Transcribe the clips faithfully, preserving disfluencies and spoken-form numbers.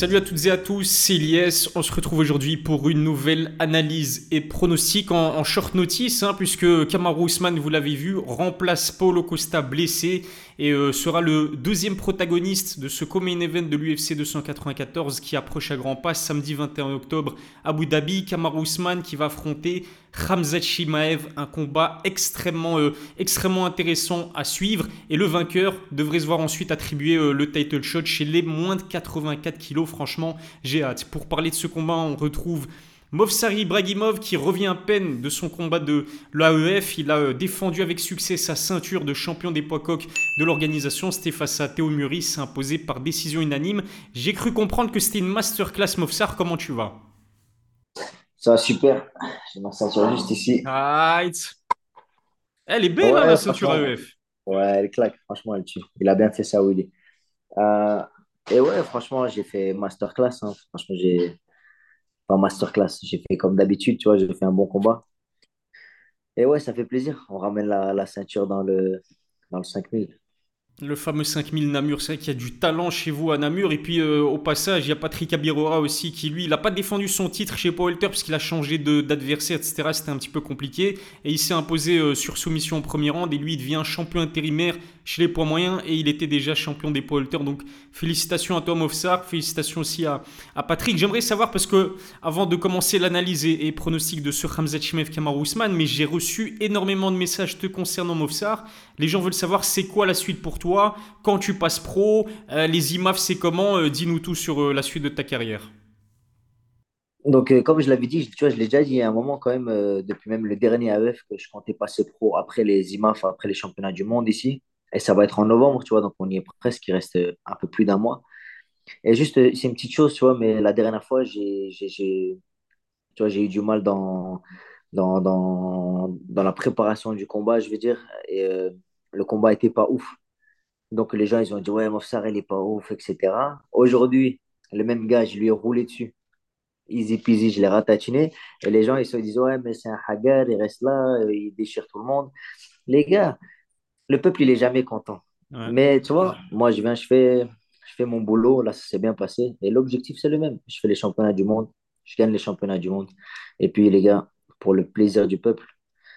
Salut à toutes et à tous, c'est Elias. On se retrouve aujourd'hui pour une nouvelle analyse et pronostic en, en short notice, hein, puisque Kamaru Usman, vous l'avez vu, remplace Paulo Costa blessé et euh, sera le deuxième protagoniste de ce co-main event de l'U F C deux cent quatre-vingt-quatorze qui approche à grands pas samedi vingt et un octobre à Abu Dhabi. Kamaru Usman qui va affronter Khamzat Chimaev, un combat extrêmement, euh, extrêmement intéressant à suivre. Et le vainqueur devrait se voir ensuite attribuer euh, le title shot chez les moins de quatre-vingt-quatre kilos. Franchement, j'ai hâte. Pour parler de ce combat, on retrouve Movsar Ibragimov qui revient à peine de son combat de l'A E F. Il a euh, défendu avec succès sa ceinture de champion des poids coqs de l'organisation. C'était face à Théo Muris, imposé par décision unanime. J'ai cru comprendre que c'était une masterclass. Movsar, comment tu vas? Ça va super. J'ai ma ceinture juste ici. Right. Elle est belle, hein, la Ouais, ceinture franchement, A E F. ouais, elle claque. Franchement, elle tue. Il a bien fait ça, Willy. Euh, et ouais, franchement, j'ai fait masterclass, hein. Franchement, j'ai pas masterclass. J'ai fait comme d'habitude, tu vois, j'ai fait un bon combat. Et ouais, ça fait plaisir. On ramène la, la ceinture dans le, dans le cinq mille. Le fameux cinq mille Namur, c'est vrai qu'il y a du talent chez vous à Namur. Et puis euh, au passage, il y a Patrick Abirora aussi qui, lui, il n'a pas défendu son titre chez Paul Welter parce qu'il a changé de- d'adversaire, et cetera. C'était un petit peu compliqué. Et il s'est imposé euh, sur soumission au premier round. Et lui, il devient champion intérimaire chez les poids moyens. Et il était déjà champion des Paul Welter. Donc félicitations à toi, Mofsar. Félicitations aussi à, à Patrick. J'aimerais savoir, parce que avant de commencer l'analyse et, et pronostic de ce Khamzat Chimaev Kamaru Usman, mais j'ai reçu énormément de messages te concernant, Mofsar. Les gens veulent savoir c'est quoi la suite pour toi, quand tu passes pro, euh, les I M A F c'est comment, euh, dis-nous tout sur euh, la suite de ta carrière. Donc, euh, comme je l'avais dit, tu vois, je l'ai déjà dit il y a un moment quand même, euh, depuis même le dernier A E F, que je comptais passer pro après les I M A F, après les championnats du monde ici. Et ça va être en novembre, tu vois, donc on y est presque, il reste euh, un peu plus d'un mois. Et juste, euh, c'est une petite chose, tu vois, mais la dernière fois, j'ai, j'ai, j'ai- tu vois, j'ai eu du mal dans, dans, dans, dans la préparation du combat, je veux dire. Et euh, le combat était pas ouf. Donc les gens, ils ont dit, ouais, Mofsar, il est pas ouf, et cetera. Aujourd'hui, le même gars, je lui ai roulé dessus. Easy peasy, je l'ai ratatiné. Et les gens, ils se disent, ouais, mais c'est un hagar, il reste là, euh, il déchire tout le monde. Les gars, le peuple, il est jamais content. Ouais. Mais tu vois, moi, je viens, je fais, je fais mon boulot, là, ça s'est bien passé. Et l'objectif, c'est le même. Je fais les championnats du monde, je gagne les championnats du monde. Et puis, les gars, pour le plaisir du peuple,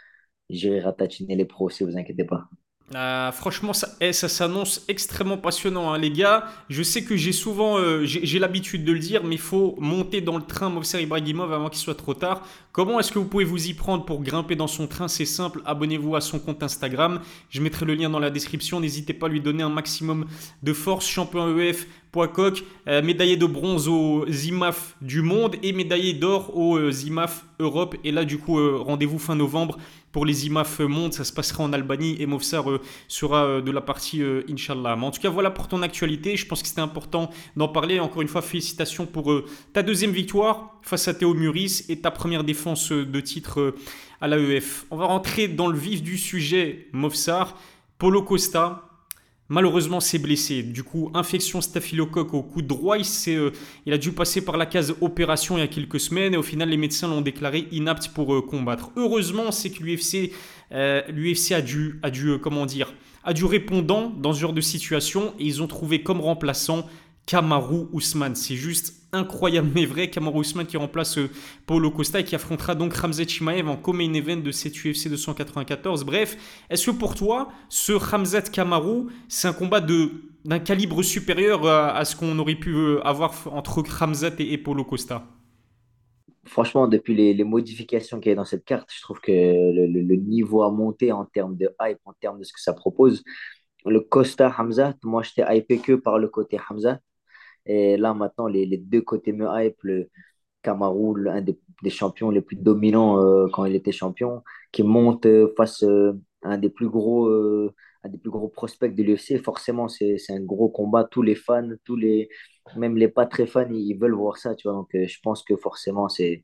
j'irai ratatiner les pros, si vous inquiétez pas. Euh, franchement, ça, eh, ça s'annonce extrêmement passionnant, hein, les gars. Je sais que j'ai souvent, euh, j'ai j'ai l'habitude de le dire, mais il faut monter dans le train Movsar Ibragimov avant qu'il soit trop tard. Comment est-ce que vous pouvez vous y prendre pour grimper dans son train? C'est simple, abonnez-vous à son compte Instagram. Je mettrai le lien dans la description. N'hésitez pas à lui donner un maximum de force. Champion A E F, poids coq, euh, médaillé de bronze aux I M A F du monde et médaillé d'or aux euh, I M A F Europe. Et là, du coup, euh, rendez-vous fin novembre pour les I M A F Monde, ça se passera en Albanie et Movsar euh, sera euh, de la partie euh, Inch'Allah. Mais en tout cas, voilà pour ton actualité. Je pense que c'était important d'en parler. Encore une fois, félicitations pour euh, ta deuxième victoire face à Théo Muris et ta première défense euh, de titre euh, à l'A E F. On va rentrer dans le vif du sujet, Movsar. Paulo Costa, malheureusement, s'est blessé. Du coup, infection staphylocoque au coude droit. Il, euh, il a dû passer par la case opération il y a quelques semaines et au final, les médecins l'ont déclaré inapte pour euh, combattre. Heureusement, c'est que l'U F C, euh, l'U F C a dû, a dû euh, comment dire, a dû répondant dans ce genre de situation et ils ont trouvé comme remplaçant Kamaru Usman. C'est juste incroyable mais vrai. Kamaru Usman qui remplace euh, Paulo Costa et qui affrontera donc Khamzat Chimaev en co-main event de cette U F C deux cent quatre-vingt-quatorze. Bref, est-ce que pour toi, ce Khamzat Kamaru, c'est un combat de, d'un calibre supérieur à, à ce qu'on aurait pu euh, avoir entre Khamzat et, et Paulo Costa? Franchement, depuis les, les modifications qu'il y a dans cette carte, je trouve que le, le- le niveau a monté en termes de hype, en termes de ce que ça propose. Le Costa Hamza, moi, j'étais hypé que par le côté Hamza. Et là, maintenant, les, les deux côtés me hype. Le Kamaru, l'un des, des champions les plus dominants euh, quand il était champion, qui monte euh, face euh, à un des plus gros, euh, un des plus gros prospects de l'U F C. Forcément, c'est, c'est un gros combat. Tous les fans, tous les, même les pas très fans, ils veulent voir ça, tu vois. Donc, euh, je pense que forcément, c'est,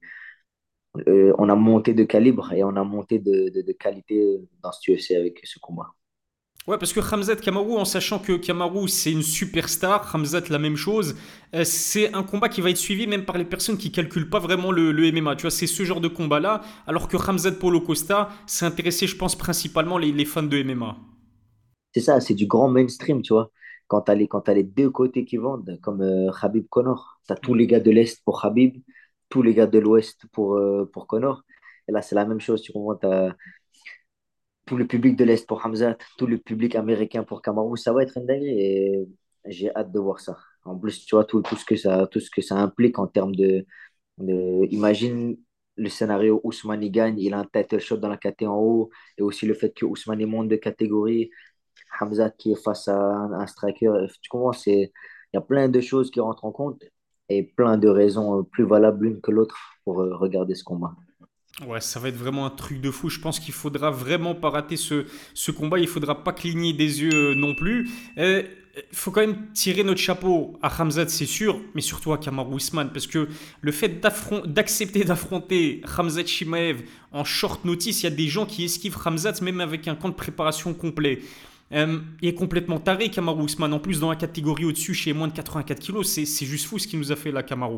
euh, on a monté de calibre et on a monté de, de, de qualité dans ce U F C avec ce combat. Ouais, parce que Khamzat Kamaru, en sachant que Kamaru c'est une superstar, Khamzat la même chose, euh, c'est un combat qui va être suivi même par les personnes qui calculent pas vraiment le, le M M A. Tu vois, c'est ce genre de combat-là, alors que Khamzat Paulo Costa, c'est intéressé, je pense, principalement les, les fans de M M A. C'est ça, c'est du grand mainstream, tu vois. quand tu as les, quand t'as les deux côtés qui vendent, comme euh, Khabib Conor, tu as tous les gars de l'Est pour Khabib, tous les gars de l'Ouest pour, euh, pour Conor. Et là, c'est la même chose. Tu comprends, tu as tout le public de l'Est pour Hamzat, tout le public américain pour Kamaru. Ça va être une dinguerie et j'ai hâte de voir ça. En plus, tu vois, tout, tout ce que ça, tout ce que ça implique en termes de, de- imagine le scénario Ousmane il gagne, il a un title shot dans la catégorie en haut, et aussi le fait que Ousmane il monte de catégorie, Hamza qui est face à un, un striker. Tu comprends, c'est, il y a plein de choses qui rentrent en compte et plein de raisons euh, plus valables l'une que l'autre pour euh, regarder ce combat. Ouais, ça va être vraiment un truc de fou. Je pense qu'il faudra vraiment pas rater ce, ce combat. Il faudra pas cligner des yeux euh, non plus. Euh, Il faut quand même tirer notre chapeau à Khamzat, c'est sûr, mais surtout à Kamaru Usman, parce que le fait d'affron- d'accepter d'affronter Khamzat Chimaev en short notice, il y a des gens qui esquivent Khamzat même avec un camp de préparation complet. Euh, il est complètement taré, Kamaru Usman. En plus, dans la catégorie au-dessus, chez moins de quatre-vingt-quatre kilos, c'est c'est juste fou ce qu'il nous a fait là, Kamaru.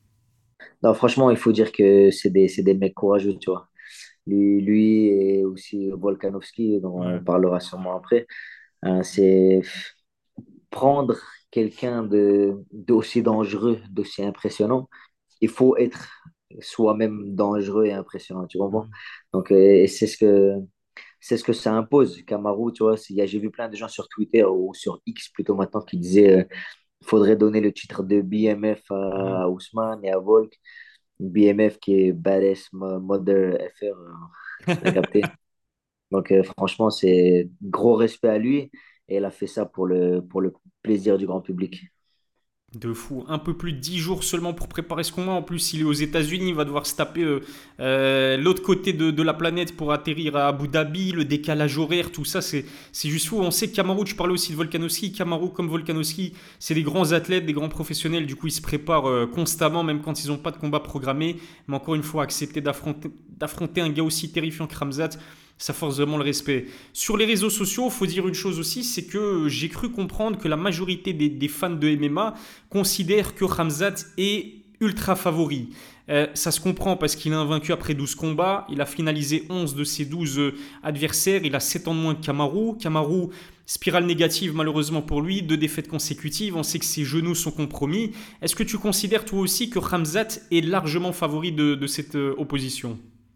Non, franchement, il faut dire que c'est des, c'est des mecs courageux, tu vois. Lui, lui et aussi Volkanovski, dont on Ouais. parlera sûrement après. Hein, c'est prendre quelqu'un de d'aussi dangereux, d'aussi impressionnant. Il faut être soi-même dangereux et impressionnant, tu comprends? Donc, euh, et c'est ce que c'est ce que ça impose. Kamaru, tu vois, c'est- il y a- j'ai vu plein de gens sur Twitter ou sur X plutôt maintenant qui disaient euh, faudrait donner le titre de B M F à, à Ousmane et à Volk. B M F qui est Badass Mo- Mother F R, euh, t'as capté? Donc euh, franchement, c'est gros respect à lui et il a fait ça pour le, pour le plaisir du grand public. De fou. Un peu plus de dix jours seulement pour préparer ce combat. En plus, il est aux États-Unis. Il va devoir se taper euh, euh, l'autre côté de, de la planète pour atterrir à Abu Dhabi. Le décalage horaire, tout ça, c'est c'est juste fou. On sait que Kamaru, tu parlais aussi de Volkanovski. Kamaru, comme Volkanovski, c'est des grands athlètes, des grands professionnels. Du coup, ils se préparent euh, constamment, même quand ils n'ont pas de combat programmé. Mais encore une fois, accepter d'affronter d'affronter un gars aussi terrifiant que Ramzat, ça force vraiment le respect. Sur les réseaux sociaux, il faut dire une chose aussi, c'est que j'ai cru comprendre que la majorité des, des fans de M M A considèrent que Khamzat est ultra favori. Euh, ça se comprend parce qu'il a invaincu après douze combats, il a finalisé onze de ses douze euh, adversaires, il a sept ans de moins que Kamaru. Kamaru, spirale négative malheureusement pour lui, deux défaites consécutives, on sait que ses genoux sont compromis. Est-ce que tu considères toi aussi que Khamzat est largement favori de, de cette euh, opposition?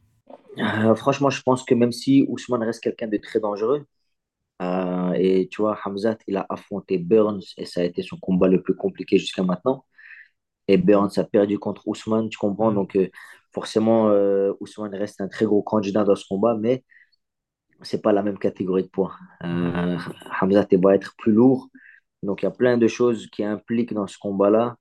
Euh, franchement, je pense que même si Ousmane reste quelqu'un de très dangereux, euh, et tu vois, Hamzat, il a affronté Burns et ça a été son combat le plus compliqué jusqu'à maintenant. Et Burns a perdu contre Ousmane, tu comprends? Donc, euh, forcément, euh, Ousmane reste un très gros candidat dans ce combat, mais c'est pas la même catégorie de poids. Euh, Hamzat, il va être plus lourd. Donc, il y a plein de choses qui impliquent dans ce combat-là.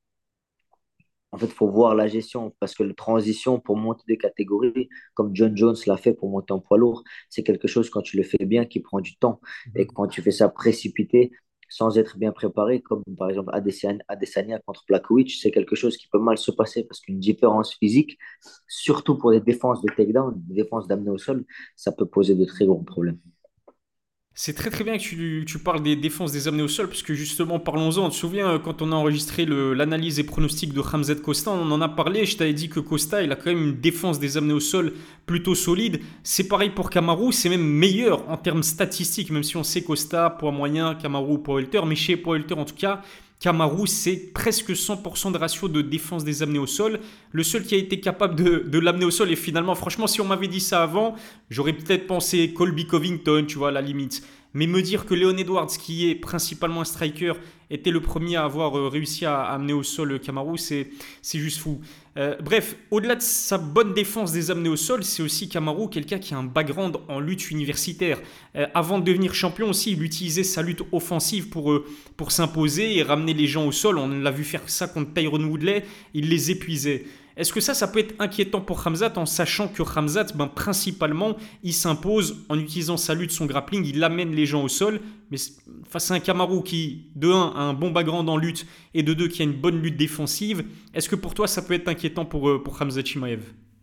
En fait, il faut voir la gestion parce que la transition pour monter de catégorie, comme John Jones l'a fait pour monter en poids lourd, c'est quelque chose quand tu le fais bien qui prend du temps. Et quand tu fais ça précipité, sans être bien préparé, comme par exemple Adesanya, Adesanya contre Blachowicz, c'est quelque chose qui peut mal se passer parce qu'une différence physique, surtout pour des défenses de takedown, des défenses d'amener au sol, ça peut poser de très gros problèmes. C'est très très bien que tu, tu parles des défenses des amenés au sol, parce que justement, parlons-en. Tu te souviens, euh, quand on a enregistré le- l'analyse et pronostic de Hamzat Costa, on en a parlé. Je t'avais dit que Costa, il a quand même une défense des amenés au sol plutôt solide. C'est pareil pour Kamaru, c'est même meilleur en termes statistiques, même si on sait Costa, poids moyen, Kamaru, poids welter. Mais chez poids welter, en tout cas, Kamaru, c'est presque cent pour cent de ratio de défense des amenés au sol. Le seul qui a été capable de, de l'amener au sol, et finalement, franchement, si on m'avait dit ça avant, j'aurais peut-être pensé Colby Covington, tu vois, à la limite. Mais me dire que Leon Edwards, qui est principalement un striker, était le premier à avoir euh, réussi à amener au sol Kamaru, c'est, c'est juste fou. Euh, bref, au-delà de sa bonne défense des amenés au sol, c'est aussi Kamaru, quelqu'un qui a un background en lutte universitaire. Euh, avant de devenir champion aussi, il utilisait sa lutte offensive pour, euh, pour s'imposer et ramener les gens au sol. On l'a vu faire ça contre Tyron Woodley, il les épuisait. Est-ce que ça, ça peut être inquiétant pour Khamzat en sachant que Khamzat, ben, principalement, il s'impose en utilisant sa lutte, son grappling, il amène les gens au sol, mais face à un Kamaru qui, de un, a un bon background en lutte et de deux, qui a une bonne lutte défensive, est-ce que pour toi, ça peut être inquiétant pour, euh, pour Khamzat Chimaev?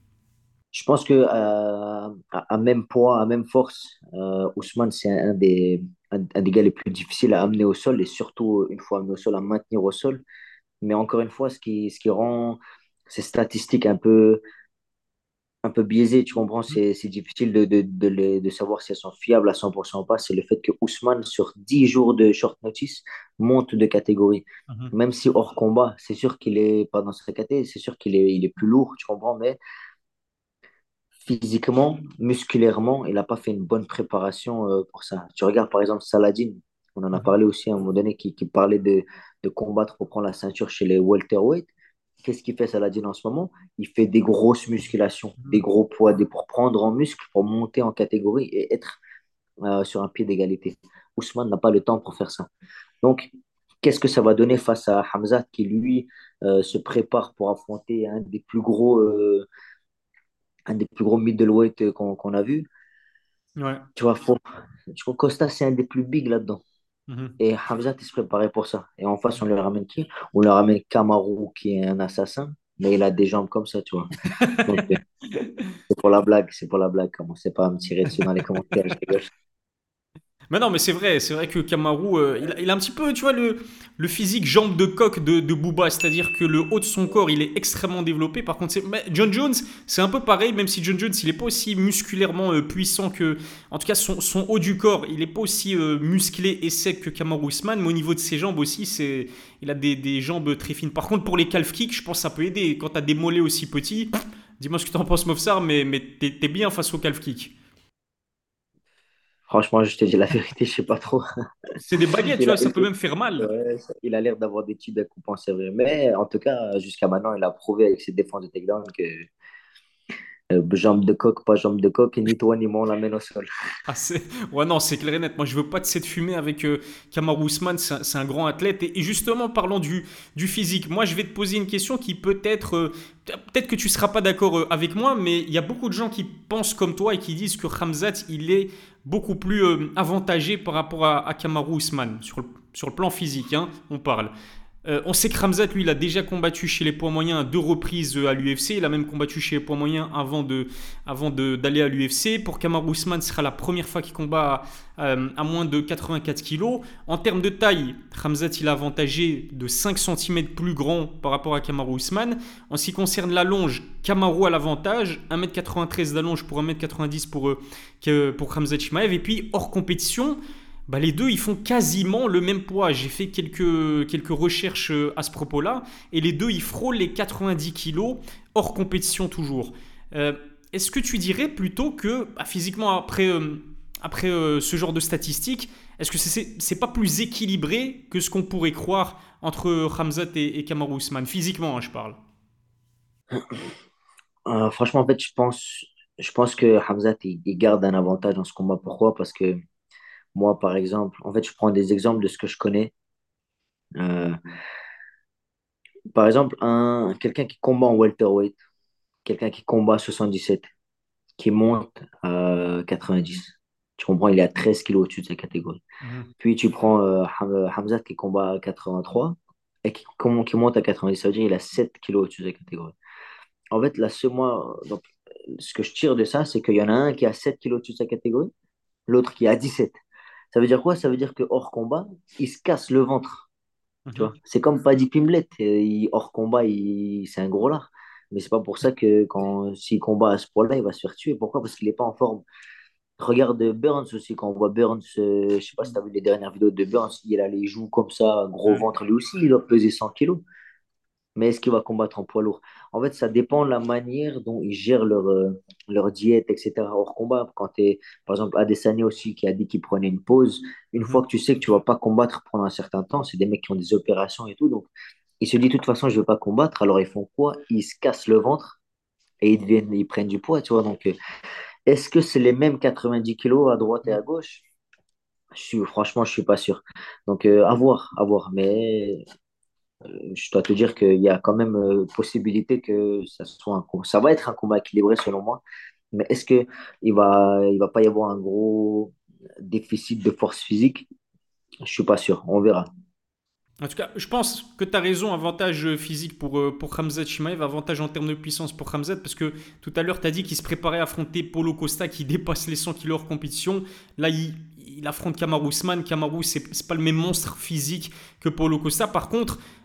Je pense que euh, à, à même poids, à même force, euh, Ousmane, c'est un des, un, un des gars les plus difficiles à amener au sol et surtout, une fois amené au sol, à maintenir au sol. Mais encore une fois, ce qui, ce qui rend ces statistiques un peu, un peu biaisées, tu comprends, c'est c'est difficile de, de, de, les- de savoir si elles sont fiables à cent pour cent ou pas. C'est le fait que Ousmane, sur dix jours de short notice, monte de catégorie. Mhm. Même si hors combat, c'est sûr qu'il est pas dans sa catégorie, c'est sûr qu'il est, il est plus lourd, tu comprends, mais physiquement, musculairement, il n'a pas fait une bonne préparation euh, pour ça. Tu regardes par exemple Saladin, on en a Mhm. parlé aussi à un moment donné, qui, qui parlait de, de combattre pour prendre la ceinture chez les welterweight. Qu'est-ce qu'il fait Saladin en ce moment? Il fait des grosses musculations, des Mhm. gros poids, des, pour prendre en muscle, pour monter en catégorie et être euh, sur un pied d'égalité. Ousmane n'a pas le temps pour faire ça. Donc, qu'est-ce que ça va donner face à Hamza qui, lui, euh, se prépare pour affronter un des plus gros, euh, un des plus gros middleweight euh, qu'on qu'on a vu? Ouais. Tu vois, faut, je trouve que Costa, c'est un des plus big là-dedans. Mhm. Et Hamza, il se préparait pour ça. Et en face, on lui ramène qui? On lui ramène Kamaru, qui est un assassin, mais il a des jambes comme ça, tu vois. Donc, euh, c'est pour la blague, c'est pour la blague. Commencez pas à me tirer dessus dans les commentaires, je rigole. Mais non, mais c'est vrai, c'est vrai que Kamaru, euh, il, a, il a un petit peu, tu vois, le, le physique jambe de coq de, de Booba, c'est-à-dire que le haut de son corps, il est extrêmement développé. Par contre, c'est- mais John Jones, c'est un peu pareil, même si John Jones, il n'est pas aussi musculairement euh, puissant que, en tout cas, son, son haut du corps, il n'est pas aussi euh, musclé et sec que Kamaru Usman, mais au niveau de ses jambes aussi, c'est, il a des, des jambes très fines. Par contre, pour les calf kicks, je pense que ça peut aider. Quand tu as des mollets aussi petits, dis-moi ce que tu en penses, Mofsar, mais, mais t'es, t'es bien face au calf kick. Franchement, je te dis la vérité, je sais pas trop. C'est des baguettes, tu Il vois, a, ça il, peut même faire mal. ouais, ça- il a l'air d'avoir des types à compenser, vrai. Mais en tout cas, jusqu'à maintenant, il a prouvé avec ses défenses de takedown que euh, jambe de coq, pas jambe de coq, et ni toi ni moi, on l'amène au sol. Ah, c'est... Ouais, non, c'est clair et net. Moi, je veux pas de cette fumée avec euh, Kamaru Usman. C'est un, c'est un grand athlète. Et, et justement, parlant du, du physique, moi, je vais te poser une question qui peut-être. euh, peut-être que tu seras pas d'accord euh, avec moi, mais il y a beaucoup de gens qui pensent comme toi et qui disent que Khamzat, il est beaucoup plus euh, avantagé par rapport à, à Kamaru Usman. Sur le, sur le plan physique, hein, on parle. Euh, on sait que Ramzat, lui, il a déjà combattu chez les poids moyens à deux reprises euh, à l'U F C. Il a même combattu chez les poids moyens avant, de, avant de, d'aller à l'U F C. Pour Kamaru Usman, ce sera la première fois qu'il combat à, euh, à moins de quatre-vingt-quatre kilos. En termes de taille, Ramzat, il a avantagé de cinq centimètres plus grand par rapport à Kamaru Usman. En ce qui concerne la longe, Kamaru a l'avantage. un mètre quatre-vingt-treize d'allonge pour un mètre quatre-vingt-dix pour, euh, pour Ramzat Chimaev. Et puis, hors compétition, bah, les deux, ils font quasiment le même poids. J'ai fait quelques, quelques recherches euh, à ce propos-là. Et les deux, ils frôlent les quatre-vingt-dix kilos, hors compétition toujours. Euh, Est-ce que tu dirais plutôt que, bah, physiquement, après, euh, après euh, ce genre de statistiques, est-ce que c'est, c'est pas plus équilibré que ce qu'on pourrait croire entre Khamzat et, et Kamaru Usman? Physiquement, hein, je parle. Euh, franchement, en fait, je pense, je pense que Hamzat, il, il garde un avantage dans ce combat. Pourquoi? Parce que moi, par exemple, en fait, je prends des exemples de ce que je connais. Euh, Par exemple, un, quelqu'un qui combat en welterweight, quelqu'un qui combat à soixante-dix-sept, qui monte à quatre-vingt-dix. Tu comprends, il est à treize kilos au-dessus de sa catégorie. Mhm. Puis tu prends euh, Ham- Hamzat qui combat à quatre-vingt-trois et qui, com- qui monte à quatre-vingt-dix, ça veut dire qu'il a sept kilos au-dessus de sa catégorie. En fait, là, ce mois, donc, ce que je tire de ça, c'est qu'il y en a un qui a sept kilos au-dessus de sa catégorie, l'autre qui a dix-sept. Ça veut dire quoi? Ça veut dire que hors combat, il se casse le ventre. Tu vois, Mhm. c'est comme Paddy Pimblett, euh, il- hors combat, il, c'est un gros lard. Mais c'est pas pour ça que quand s'il combat à ce point-là, il va se faire tuer. Pourquoi? Parce qu'il est pas en forme. Regarde Burns aussi, quand on voit Burns, euh, je sais pas si tu as vu les dernières vidéos de Burns, il a les joues comme ça, gros Ouais. ventre, lui aussi, il doit peser cent kilos. Mais est-ce qu'il va combattre en poids lourd? En fait, ça dépend de la manière dont ils gèrent leur, euh, leur diète, et cetera, hors combat. Quand tu es, par exemple, Adesanya aussi, qui a dit qu'il prenait une pause, une fois Mhm. que tu sais que tu vas pas combattre pendant un certain temps, c'est des mecs qui ont des opérations et tout, donc ils se disent, de toute façon, je ne veux pas combattre, alors ils font quoi? Ils se cassent le ventre et ils, deviennent, ils prennent du poids, tu vois. Donc, euh, est-ce que c'est les mêmes quatre-vingt-dix kilos à droite et à gauche? Je suis, franchement, je suis pas sûr. Donc, euh, à voir, à voir. Mais je dois te dire qu'il y a quand même euh, possibilité que ça soit un combat. Ça va être un combat équilibré selon moi. Mais est-ce que il va, il va pas y avoir un gros déficit de force physique? Je suis pas sûr. On verra. En tout cas, je pense que tu as raison, avantage physique pour, euh, pour Khamzat Chimaev, avantage en termes de puissance pour Khamzat, parce que tout à l'heure, tu as dit qu'il se préparait à affronter Paulo Costa qui dépasse les cent kilos hors compétition. Là, il, il affronte Kamaru Usman. Kamaru, c'est c'est pas le même monstre physique que Paulo Costa. Par contre,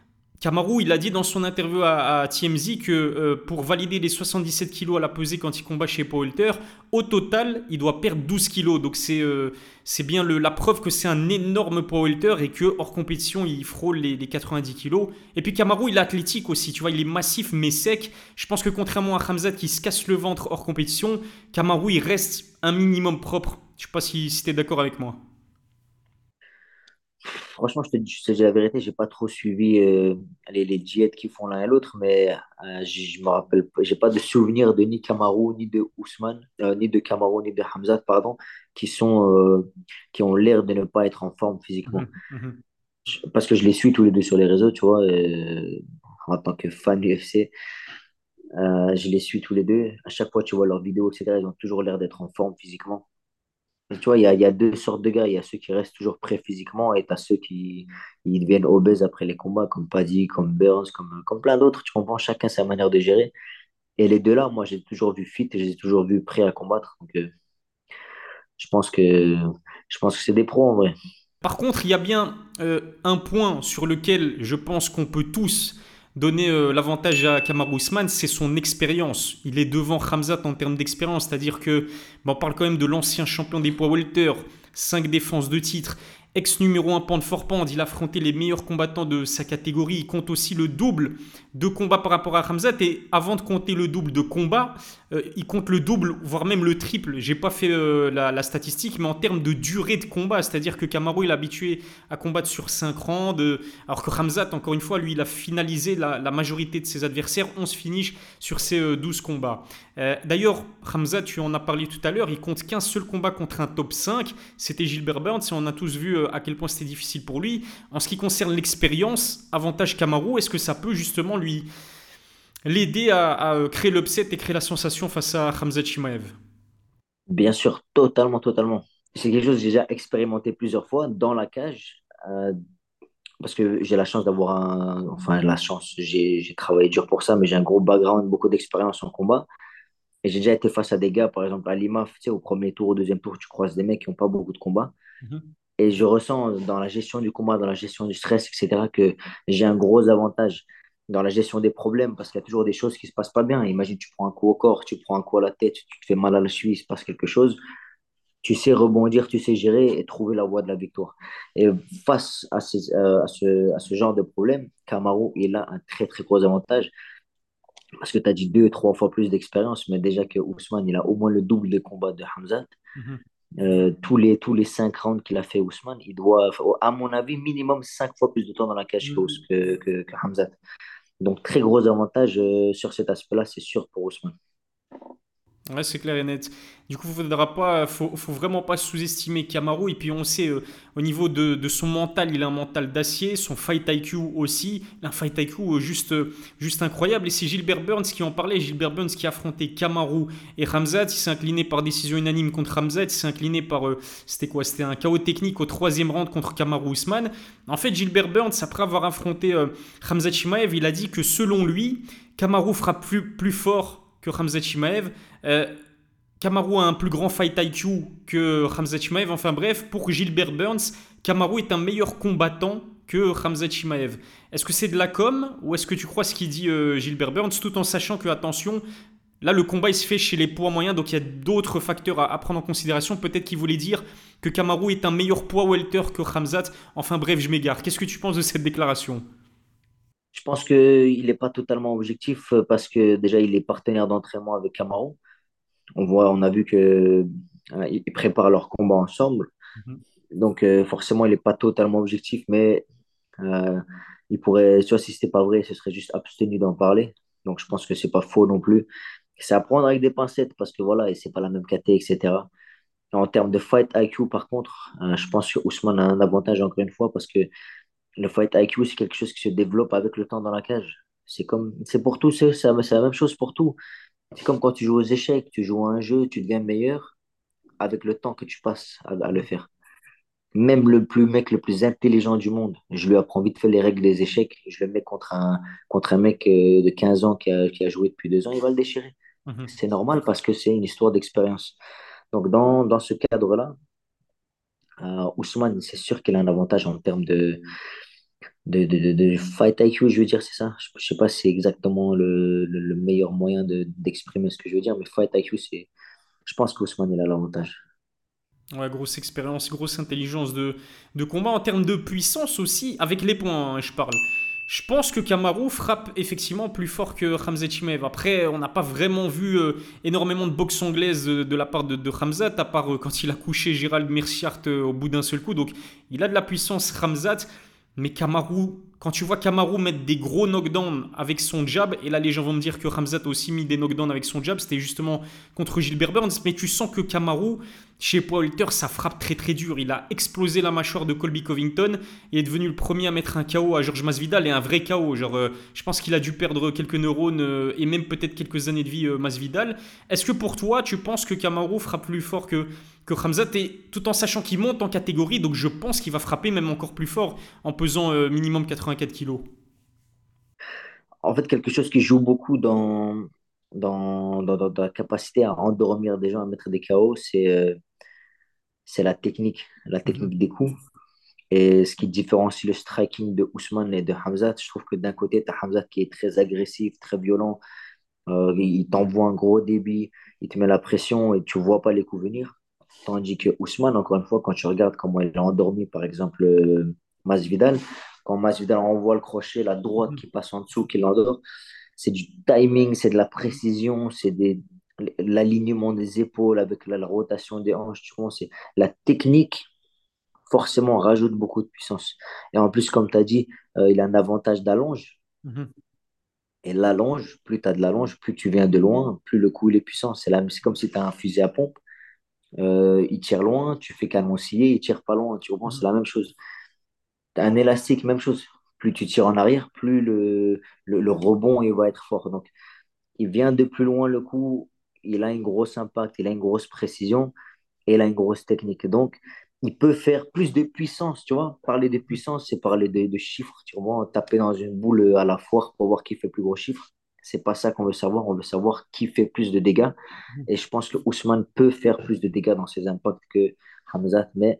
Kamaru, il a dit dans son interview à, à T M Z que euh, pour valider les soixante-dix-sept kilos à la pesée quand il combat chez Paul Walter, au total, il doit perdre douze kilos. Donc c'est euh, c'est bien le- la preuve que c'est un énorme Paul Walter et que hors compétition, il frôle les, les quatre-vingt-dix kilos. Et puis Kamaru, il est athlétique aussi. Tu vois, il est massif mais sec. Je pense que contrairement à Khamzat qui se casse le ventre hors compétition, Kamaru, il reste un minimum propre. Je sais pas si, si tu es d'accord avec moi. Franchement, je te dis, je te dis la vérité, j'ai pas trop suivi euh, les, les diètes qu'ils font l'un et l'autre, mais euh, je je me rappelle, pas- j'ai pas de souvenir de ni Kamaru, ni de Ousmane, euh, ni de Kamaru, ni de Hamzat, pardon, qui sont, euh, qui ont l'air de ne pas être en forme physiquement. Mhm, mhm. Je- Parce que je les suis tous les deux sur les réseaux, tu vois, euh, en tant que fan du U F C, euh, je les suis tous les deux. À chaque fois, tu vois leurs vidéos, et cetera, ils ont toujours l'air d'être en forme physiquement. Et tu vois, il y a, il y a deux sortes de gars. Il y a ceux qui restent toujours prêts physiquement et tu as ceux qui ils deviennent obèses après les combats, comme Paddy, comme Burns, comme, comme plein d'autres. Tu comprends, chacun sa manière de gérer. Et les deux-là, moi, j'ai toujours vu fit et j'ai toujours vu prêts à combattre. Donc, euh, je pense que, je pense que c'est des pros en vrai. Par contre, il y a bien euh, un point sur lequel je pense qu'on peut tous donner euh, l'avantage à Kamaru Usman, c'est son expérience. Il est devant Khamzat en termes d'expérience, c'est-à-dire que bon, on parle quand même de l'ancien champion des poids welter, cinq défenses de titre, ex numéro un pound for pound, il a affronté les meilleurs combattants de sa catégorie, il compte aussi le double de combats par rapport à Khamzat et avant de compter le double de combats, euh, il compte le double, voire même le triple. J'ai pas fait euh, la, la statistique, mais en termes de durée de combat, c'est-à-dire que Kamaru il est habitué à combattre sur cinq rounds, euh, alors que Khamzat, encore une fois, lui, il a finalisé la, la majorité de ses adversaires, onze finishes sur ses euh, douze combats. Euh, D'ailleurs, Khamzat, tu en as parlé tout à l'heure, il compte qu'un seul combat contre un top cinq, c'était Gilbert Burns, et on a tous vu euh, à quel point c'était difficile pour lui. En ce qui concerne l'expérience, avantage Kamaru, est-ce que ça peut justement lui l'aider à, à euh, créer l'upset et créer la sensation face à Khamzat Chimaev? Bien sûr, totalement, totalement. C'est quelque chose que j'ai déjà expérimenté plusieurs fois dans la cage. euh, Parce que j'ai la chance d'avoir un. Enfin, la chance, j'ai j'ai travaillé dur pour ça, mais j'ai un gros background, beaucoup d'expérience en combat. Et j'ai déjà été face à des gars, par exemple à l'I M A F, tu sais, au premier tour, au deuxième tour, tu croises des mecs qui n'ont pas beaucoup de combats. Mhm. Et je ressens dans la gestion du combat, dans la gestion du stress, et cetera, que j'ai un gros avantage dans la gestion des problèmes parce qu'il y a toujours des choses qui ne se passent pas bien. Imagine, tu prends un coup au corps, tu prends un coup à la tête, tu te fais mal à la cheville, il se passe quelque chose. Tu sais rebondir, tu sais gérer et trouver la voie de la victoire. Et face à, ces, euh, à, ce, à ce genre de problème, Kamaru, il a un très, très gros avantage parce que tu as dit deux, trois fois plus d'expérience, mais déjà que Ousmane, il a au moins le double des combats de Hamza. Mhm. Euh, tous les, tous les cinq rounds qu'il a fait Ousmane, il doit, à mon avis, minimum cinq fois plus de temps dans la cage que, Ous- Mhm. que, que, que Hamzat. Donc, très gros avantage euh, sur cet aspect-là, c'est sûr pour Ousmane. Ouais, c'est clair et net. Du coup, faudra pas, faut, faut vraiment pas sous-estimer Kamaru. Et puis, on sait, euh, au niveau de, de son mental, il a un mental d'acier. Son fight I Q aussi. Il a un fight I Q euh, juste, euh, juste incroyable. Et c'est Gilbert Burns qui en parlait. Gilbert Burns qui a affronté Kamaru et Ramzat. Il s'est incliné par décision unanime contre Ramzat. Il s'est incliné par, euh, c'était quoi? C'était un K O technique au troisième round contre Kamaru Usman. En fait, Gilbert Burns, après avoir affronté euh, Ramzat Chimaev, il a dit que selon lui, Kamaru fera plus, plus fort que Ramzat Chimaev. Euh, Kamaru a un plus grand fight I Q que Khamzat Chimaev. Enfin bref, pour Gilbert Burns, Kamaru est un meilleur combattant que Khamzat Chimaev. Est-ce que c'est de la com ou est-ce que tu crois ce qu'il dit euh, Gilbert Burns tout en sachant que, attention, là le combat il se fait chez les poids moyens donc il y a d'autres facteurs à, à prendre en considération. Peut-être qu'il voulait dire que Kamaru est un meilleur poids welter que Khamzat. Enfin bref, je m'égare. Qu'est-ce que tu penses de cette déclaration? Je pense qu'il n'est pas totalement objectif euh, parce que déjà, il est partenaire d'entraînement avec Kamaru. On voit, on a vu que euh, ils préparent leur combat ensemble. Mhm. Donc, euh, forcément, il n'est pas totalement objectif, mais euh, il pourrait, tu vois, si c'était pas vrai, ce serait juste abstenu d'en parler. Donc, je pense que c'est pas faux non plus. C'est à prendre avec des pincettes parce que voilà, et c'est pas la même caté, et cetera. En termes de fight I Q, par contre, euh, je pense que Ousmane a un avantage encore une fois parce que le fight I Q, c'est quelque chose qui se développe avec le temps dans la cage. C'est comme, c'est pour tout, c'est c'est la c'est la même chose pour tout. C'est comme quand tu joues aux échecs, tu joues à un jeu, tu deviens meilleur avec le temps que tu passes à, à le faire. Même le plus mec le plus intelligent du monde, je lui apprends vite fait les règles des échecs, je le mets contre un, contre un mec euh, de quinze ans qui a, qui a joué depuis deux ans, il va le déchirer. Mhm. C'est normal parce que c'est une histoire d'expérience. Donc, dans, dans ce cadre-là, euh, Ousmane, c'est sûr qu'il a un avantage en termes de, de, de, de, de fight I Q, je veux dire, c'est ça. Je, je sais pas si c'est exactement le, le, le meilleur moyen de, d'exprimer ce que je veux dire, mais fight I Q, c'est, je pense qu'Ousmane, il a l'avantage. Ouais, grosse expérience, grosse intelligence de, de combat. En termes de puissance aussi, avec les points, hein, je parle. Je pense que Kamaru frappe effectivement plus fort que Khamzat Chimaev. Après, on n'a pas vraiment vu euh, énormément de boxe anglaise de, de la part de, de Khamzat, à part euh, quand il a couché Gérald Meerschaert euh, au bout d'un seul coup. Donc, il a de la puissance, Khamzat. Mais Kamaru, quand tu vois Kamaru mettre des gros knockdowns avec son jab, et là les gens vont me dire que Khamzat a aussi mis des knockdowns avec son jab, c'était justement contre Gilbert Burns, mais tu sens que Kamaru, chez Paul Walter, ça frappe très très dur. Il a explosé la mâchoire de Colby Covington et est devenu le premier à mettre un K O à Georges Masvidal et un vrai K O. Genre, euh, je pense qu'il a dû perdre quelques neurones euh, et même peut-être quelques années de vie euh, Masvidal. Est-ce que pour toi, tu penses que Kamaru frappe plus fort que, que Khamzat et tout en sachant qu'il monte en catégorie, donc je pense qu'il va frapper même encore plus fort en pesant euh, minimum quatre-vingt-quatre kilos. En fait, quelque chose qui joue beaucoup dans, dans, dans, dans- dans la capacité à endormir des gens, à mettre des K O, c'est euh, c'est la technique, la technique des coups. Et ce qui différencie le striking de Ousmane et de Hamzat, je trouve que d'un côté, tu as Hamzat qui est très agressif, très violent, euh, il t'envoie un gros débit, il te met la pression et tu vois pas les coups venir. Tandis que Ousmane, encore une fois, quand tu regardes comment il a endormi, par exemple, euh, Masvidal, quand Masvidal envoie le crochet, la droite qui passe en dessous, qui l'endort, c'est du timing, c'est de la précision, c'est des, l'alignement des épaules avec la, la rotation des hanches, tu vois, c'est la technique, forcément, rajoute beaucoup de puissance. Et en plus, comme tu as dit, euh, il a un avantage d'allonge. Mhm. Et l'allonge, plus tu as de l'allonge, plus tu viens de loin, plus le coup il est puissant. C'est là, c'est comme si tu as un fusil à pompe. Euh, il tire loin, tu fais qu'un osciller, il tire pas loin. Tu comprends, c'est la même chose. T'as un élastique, même chose. Plus tu tires en arrière, plus le, le, le rebond il va être fort. Donc, il vient de plus loin le coup, il a une grosse impact, il a une grosse précision et il a une grosse technique. Donc, il peut faire plus de puissance, tu vois. Parler de puissance, c'est parler de, de chiffres, tu vois. Taper dans une boule à la foire pour voir qui fait plus gros chiffre. C'est pas ça qu'on veut savoir. On veut savoir qui fait plus de dégâts. Et je pense que Ousmane peut faire plus de dégâts dans ses impacts que Hamzat, mais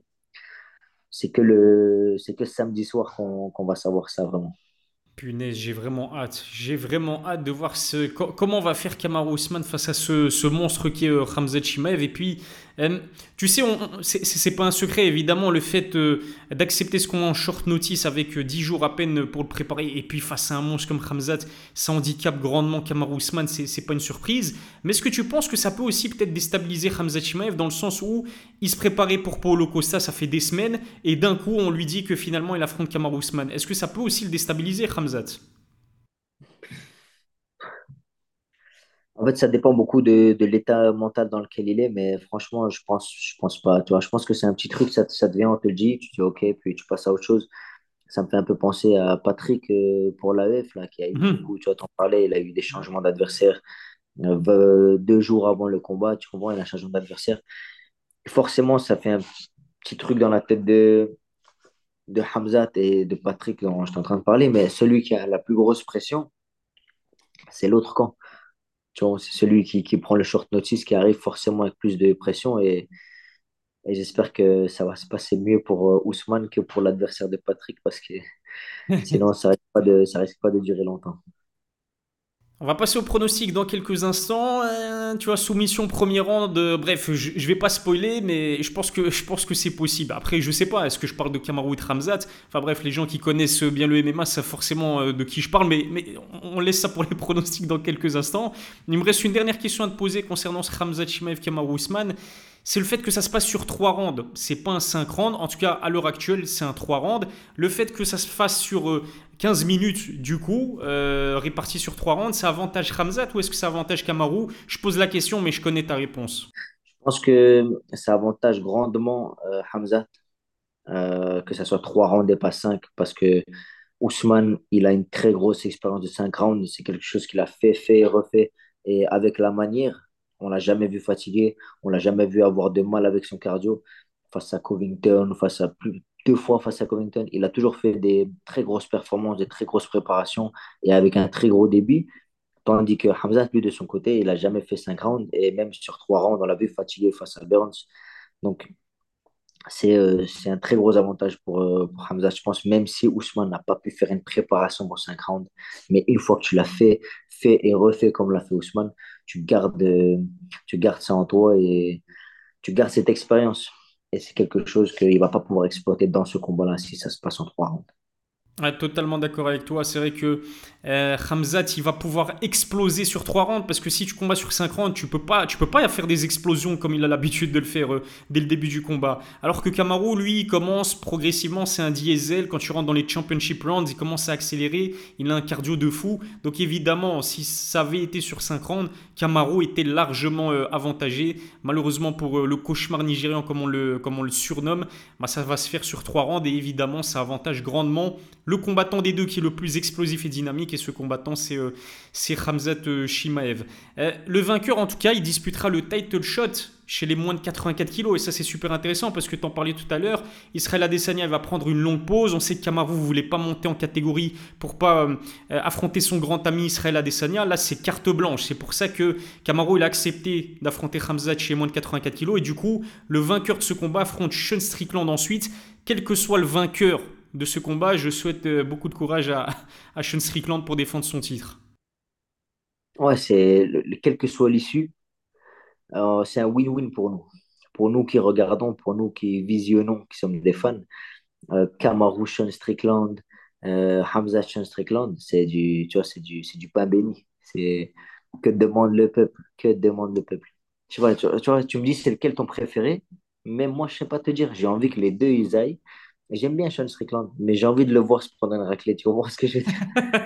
c'est que le, c'est que samedi soir qu'on qu'on va savoir ça vraiment. Punaise, j'ai vraiment hâte. J'ai vraiment hâte de voir ce, co- comment va faire Kamaru Usman face à ce, ce monstre qui est euh, Khamzat Chimaev. Et puis, euh, tu sais, on, on- c'est c'est- c'est pas un secret, évidemment, le fait euh, d'accepter ce qu'on a en short notice avec euh, dix jours à peine pour le préparer. Et puis, face à un monstre comme Khamzat, ça handicape grandement Kamaru Usman. C'est c'est pas une surprise. Mais est-ce que tu penses que ça peut aussi peut-être déstabiliser Khamzat Chimaev dans le sens où il se préparait pour Paulo Costa, ça fait des semaines, et d'un coup, on lui dit que finalement, il affronte Kamaru Usman. Est-ce que ça peut aussi le déstabiliser, Khamzat? En fait, ça dépend beaucoup de, de l'état mental dans lequel il est, mais franchement, je pense, je pense pas. Tu vois, je pense que c'est un petit truc, ça, ça te vient, on te le dit, tu dis OK, puis tu passes à autre chose. Ça me fait un peu penser à Patrick euh, pour l'A E F, là, qui a eu du Mhm. coup, tu vois, t'en parlais, il a eu des changements d'adversaire euh, deux jours avant le combat, tu comprends, il a un changement d'adversaire. Forcément, ça fait un petit truc dans la tête de, de Hamzat et de Patrick dont je suis en train de parler, mais celui qui a la plus grosse pression, c'est l'autre camp. Tu vois, c'est celui qui, qui prend le short notice, qui arrive forcément avec plus de pression et, et j'espère que ça va se passer mieux pour euh, Ousmane que pour l'adversaire de Patrick parce que sinon ça risque pas de, ça risque pas de durer longtemps. On va passer au pronostic dans quelques instants. Euh, tu vois, soumission premier round. euh, bref, je, je vais pas spoiler, mais je pense que je pense que c'est possible. Après, je sais pas. Est-ce que je parle de Kamaru et Ramzat? Enfin bref, les gens qui connaissent bien le M M A savent forcément euh, de qui je parle, mais, mais on laisse ça pour les pronostics dans quelques instants. Il me reste une dernière question à te poser concernant ce Ramzat Chimaev Kamaru Usman. C'est le fait que ça se passe sur trois rounds. C'est pas un cinq rounds. En tout cas, à l'heure actuelle, c'est un trois rounds. Le fait que ça se fasse sur euh, quinze minutes du coup, euh, réparti sur trois rounds, ça avantage Ramzat ou est-ce que ça avantage Kamaru? Je pose la question, mais je connais ta réponse. Je pense que ça avantage grandement euh, Hamzat, euh, que ça soit trois rounds et pas cinq, parce que Ousmane, il a une très grosse expérience de cinq rounds. C'est quelque chose qu'il a fait, fait et refait. Et avec la manière, on l'a jamais vu fatigué. On l'a jamais vu avoir de mal avec son cardio. Face à Covington, face à plus, deux fois face à Covington, il a toujours fait des très grosses performances, des très grosses préparations et avec un très gros débit. Tandis que Hamza, lui, de son côté, il a jamais fait cinq rounds. Et même sur trois rounds, on l'a vu fatigué face à Burns. Donc, C'est euh, c'est un très gros avantage pour, euh, pour Hamza, je pense, même si Ousmane n'a pas pu faire une préparation pour cinq rounds. Mais une fois que tu l'as fait, fait et refait comme l'a fait Ousmane, tu gardes, euh, tu gardes ça en toi et tu gardes cette expérience. Et c'est quelque chose qu'il ne va pas pouvoir exploiter dans ce combat-là si ça se passe en trois rounds. Ouais, totalement d'accord avec toi. C'est vrai que euh, Khamzat, il va pouvoir exploser sur trois rounds parce que si tu combats sur cinq rounds, tu peux pas, tu peux pas faire des explosions comme il a l'habitude de le faire euh, dès le début du combat. Alors que Kamaru, lui, il commence progressivement, c'est un diesel. Quand tu rentres dans les championship rounds, il commence à accélérer. Il a un cardio de fou. Donc évidemment, si ça avait été sur cinq rounds, Kamaru était largement euh, avantagé. Malheureusement pour euh, le cauchemar nigérian, comme on le, comme on le surnomme, bah, ça va se faire sur trois rounds et évidemment, ça avantage grandement le combattant des deux qui est le plus explosif et dynamique, et ce combattant, c'est euh, c'est Khamzat euh, Chimaev. Euh, le vainqueur, en tout cas, il disputera le title shot chez les moins de quatre-vingt-quatre kilos, et ça, c'est super intéressant parce que tu en parlais tout à l'heure. Israël Adesanya va prendre une longue pause. On sait que Kamaru ne voulait pas monter en catégorie pour pas euh, affronter son grand ami Israël Adesanya. Là, c'est carte blanche. C'est pour ça que Kamaru il a accepté d'affronter Khamzat chez les moins de quatre-vingt-quatre kilos, et du coup, le vainqueur de ce combat affronte Sean Strickland ensuite. Quel que soit le vainqueur de ce combat, je souhaite euh, beaucoup de courage à, à Sean Strickland pour défendre son titre. Ouais, c'est, le- le- quelle que soit l'issue, euh, c'est un win-win pour nous. Pour nous qui regardons, pour nous qui visionnons, qui sommes des fans. Euh, Kamaru Sean Strickland, euh, Hamza Sean Strickland, c'est du, tu vois, c'est du, c'est du pain béni. C'est que demande le peuple, que demande le peuple. Tu vois, tu, tu vois, tu me dis c'est lequel ton préféré, mais moi je sais pas te dire. J'ai envie que les deux ils aillent. Et j'aime bien Sean Strickland, mais j'ai envie de le voir se prendre une raclette. Tu vois ce que je veux dire?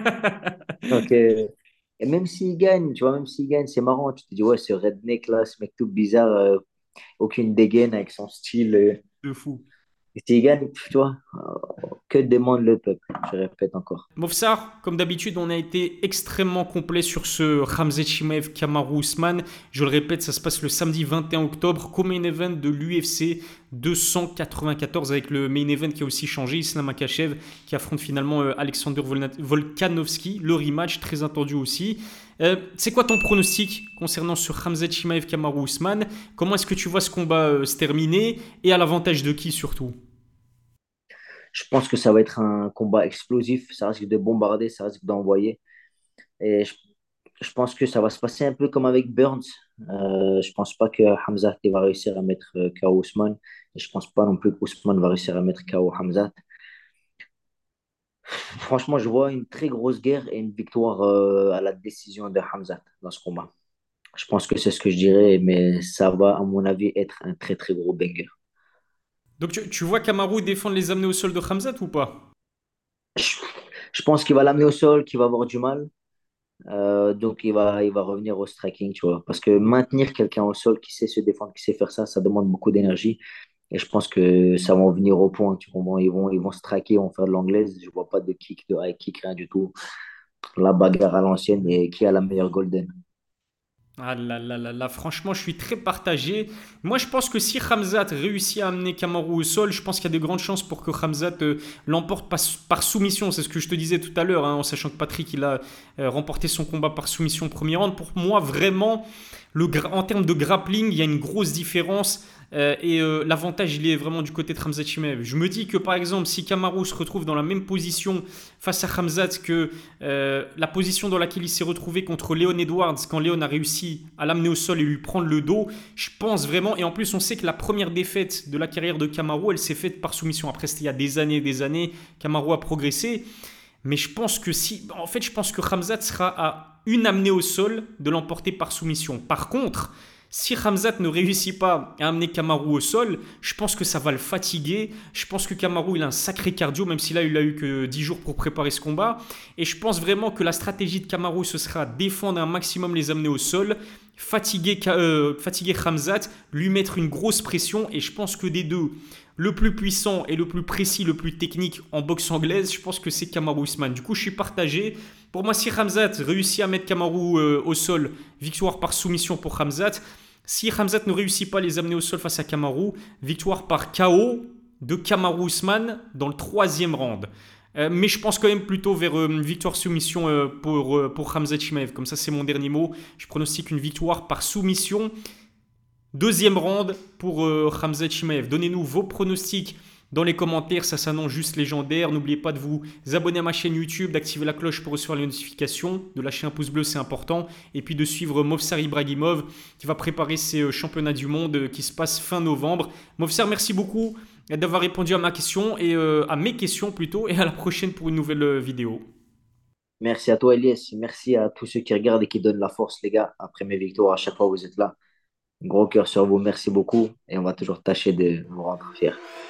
Donc, euh, et même s'il gagne, tu vois, même s'il gagne, c'est marrant. Tu te dis ouais, ce redneck là, ce mec tout bizarre, euh, aucune dégaine avec son style. euh, De fou. et s'il gagne, tu vois, que demande le peuple? Je répète encore. Mofsar, comme d'habitude, on a été extrêmement complet sur ce Khamzat Chimaev Kamaru Usman. Je le répète, ça se passe le samedi vingt et un octobre, co-main event de l'U F C deux cent quatre-vingt-quatorze, avec le main event qui a aussi changé, Islam Makhachev qui affronte finalement euh, Alexander Volkanovski, le rematch très attendu aussi. Euh, c'est quoi ton pronostic concernant ce Khamzat Chimaev Kamaru Usman? Comment est-ce que tu vois ce combat euh, se terminer et à l'avantage de qui surtout? Je pense que ça va être un combat explosif. Ça risque de bombarder, ça risque d'envoyer. Et je, je pense que ça va se passer un peu comme avec Burns. Euh, je pense pas que Hamzat il va réussir à mettre euh, K O Ousmane. Et je pense pas non plus qu'Ousmane va réussir à mettre K O Hamzat. Franchement, je vois une très grosse guerre et une victoire euh, à la décision de Hamzat dans ce combat. Je pense que c'est ce que je dirais, mais ça va, à mon avis, être un très très gros banger. Donc tu, tu vois Kamaru défendre les amener au sol de Khamzat ou pas? Je, je pense qu'il va l'amener au sol, qu'il va avoir du mal. Euh, donc, il va, il va revenir au striking, tu vois. Parce que maintenir quelqu'un au sol qui sait se défendre, qui sait faire ça, ça demande beaucoup d'énergie. Et je pense que ça va en venir au point, tu comprends? Ils vont, ils vont striker, ils vont faire de l'anglaise. Je vois pas de kick, de high kick, rien du tout. La bagarre à l'ancienne et qui a la meilleure golden. Ah là là là là, franchement, je suis très partagé. Moi, je pense que si Khamzat réussit à amener Kamaru au sol, je pense qu'il y a de grandes chances pour que Khamzat euh, l'emporte par, par soumission. C'est ce que je te disais tout à l'heure, hein, en sachant que Patrick il a euh, remporté son combat par soumission au premier round. Pour moi, vraiment, le, gra- en termes de grappling, il y a une grosse différence. Euh, et euh, l'avantage, il est vraiment du côté de Khamzat Chimaev. Je me dis que par exemple, si Kamaru se retrouve dans la même position face à Khamzat que euh, la position dans laquelle il s'est retrouvé contre Leon Edwards, quand Leon a réussi à l'amener au sol et lui prendre le dos, je pense vraiment. Et en plus, on sait que la première défaite de la carrière de Kamaru, elle s'est faite par soumission. Après, c'était il y a des années et des années. Kamaru a progressé. Mais je pense que si. En fait, je pense que Khamzat sera à une amenée au sol de l'emporter par soumission. Par contre, si Khamzat ne réussit pas à amener Kamaru au sol, je pense que ça va le fatiguer. Je pense que Kamaru, il a un sacré cardio, même si là, il a eu que dix jours pour préparer ce combat. Et je pense vraiment que la stratégie de Kamaru, ce sera défendre un maximum les amener au sol, fatiguer, euh, fatiguer Khamzat, lui mettre une grosse pression. Et je pense que des deux, le plus puissant et le plus précis, le plus technique en boxe anglaise, je pense que c'est Kamaru Usman. Du coup, je suis partagé. Pour moi, si Khamzat réussit à mettre Kamaru euh, au sol, victoire par soumission pour Khamzat. Si Khamzat ne réussit pas à les amener au sol face à Kamaru, victoire par K O de Kamaru Usman dans le troisième round. Euh, mais je pense quand même plutôt vers euh, une victoire soumission euh, pour, euh, pour Khamzat Chimaev. Comme ça, c'est mon dernier mot. Je pronostique une victoire par soumission Deuxième round pour euh, Khamzat Chimaev. Donnez-nous vos pronostics dans les commentaires, ça s'annonce juste légendaire. N'oubliez pas de vous abonner à ma chaîne YouTube, d'activer la cloche pour recevoir les notifications, de lâcher un pouce bleu, c'est important, et puis de suivre Movsar Ibragimov qui va préparer ses euh, championnats du monde euh, qui se passent fin novembre. Movsar, merci beaucoup d'avoir répondu à ma question et euh, à mes questions plutôt, et à la prochaine pour une nouvelle euh, vidéo. Merci à toi, Elias. Merci à tous ceux qui regardent et qui donnent la force, les gars. Après mes victoires, à chaque fois, vous êtes là. Gros cœur sur vous. Merci beaucoup. Et on va toujours tâcher de vous rendre fiers.